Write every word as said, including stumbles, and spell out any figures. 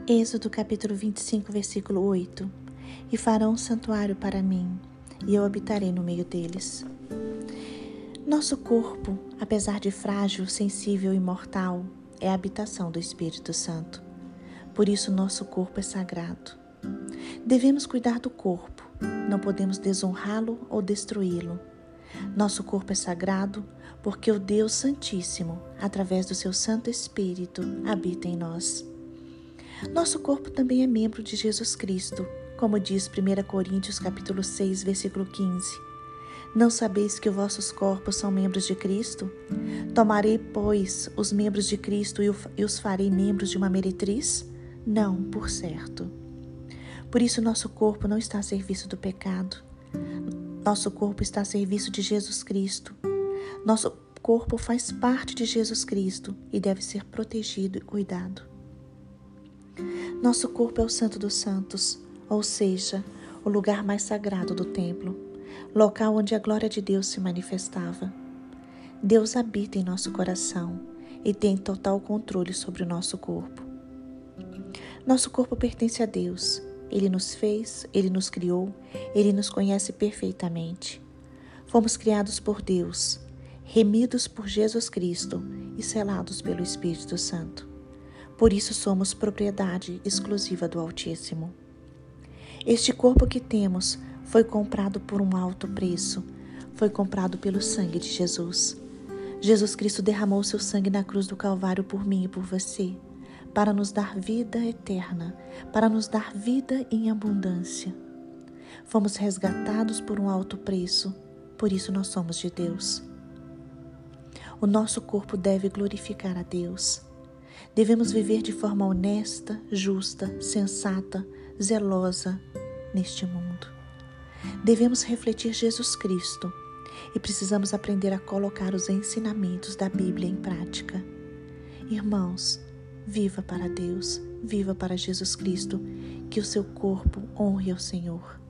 Êxodo capítulo vinte e cinco, versículo oito. E farão um santuário para mim, e eu habitarei no meio deles. Nosso corpo, apesar de frágil, sensível e mortal, é a habitação do Espírito Santo. Por isso nosso corpo é sagrado. Devemos cuidar do corpo, não podemos desonrá-lo ou destruí-lo. Nosso corpo é sagrado porque o Deus Santíssimo, através do seu Santo Espírito, habita em nós. Nosso corpo também é membro de Jesus Cristo, como diz primeira Coríntios capítulo seis, versículo quinze. Não sabeis que os vossos corpos são membros de Cristo? Tomarei, pois, os membros de Cristo e os farei membros de uma meretriz? Não, por certo. Por isso nosso corpo não está a serviço do pecado. Nosso corpo está a serviço de Jesus Cristo. Nosso corpo faz parte de Jesus Cristo e deve ser protegido e cuidado. Nosso corpo é o Santo dos Santos, ou seja, o lugar mais sagrado do templo, local onde a glória de Deus se manifestava. Deus habita em nosso coração e tem total controle sobre o nosso corpo. Nosso corpo pertence a Deus. Ele nos fez, Ele nos criou, Ele nos conhece perfeitamente. Fomos criados por Deus, remidos por Jesus Cristo e selados pelo Espírito Santo. Por isso somos propriedade exclusiva do Altíssimo. Este corpo que temos foi comprado por um alto preço, foi comprado pelo sangue de Jesus. Jesus Cristo derramou seu sangue na cruz do Calvário por mim e por você, para nos dar vida eterna, para nos dar vida em abundância. Fomos resgatados por um alto preço, por isso nós somos de Deus. O nosso corpo deve glorificar a Deus. Devemos viver de forma honesta, justa, sensata, zelosa neste mundo. Devemos refletir Jesus Cristo e precisamos aprender a colocar os ensinamentos da Bíblia em prática. Irmãos, viva para Deus, viva para Jesus Cristo, que o seu corpo honre ao Senhor.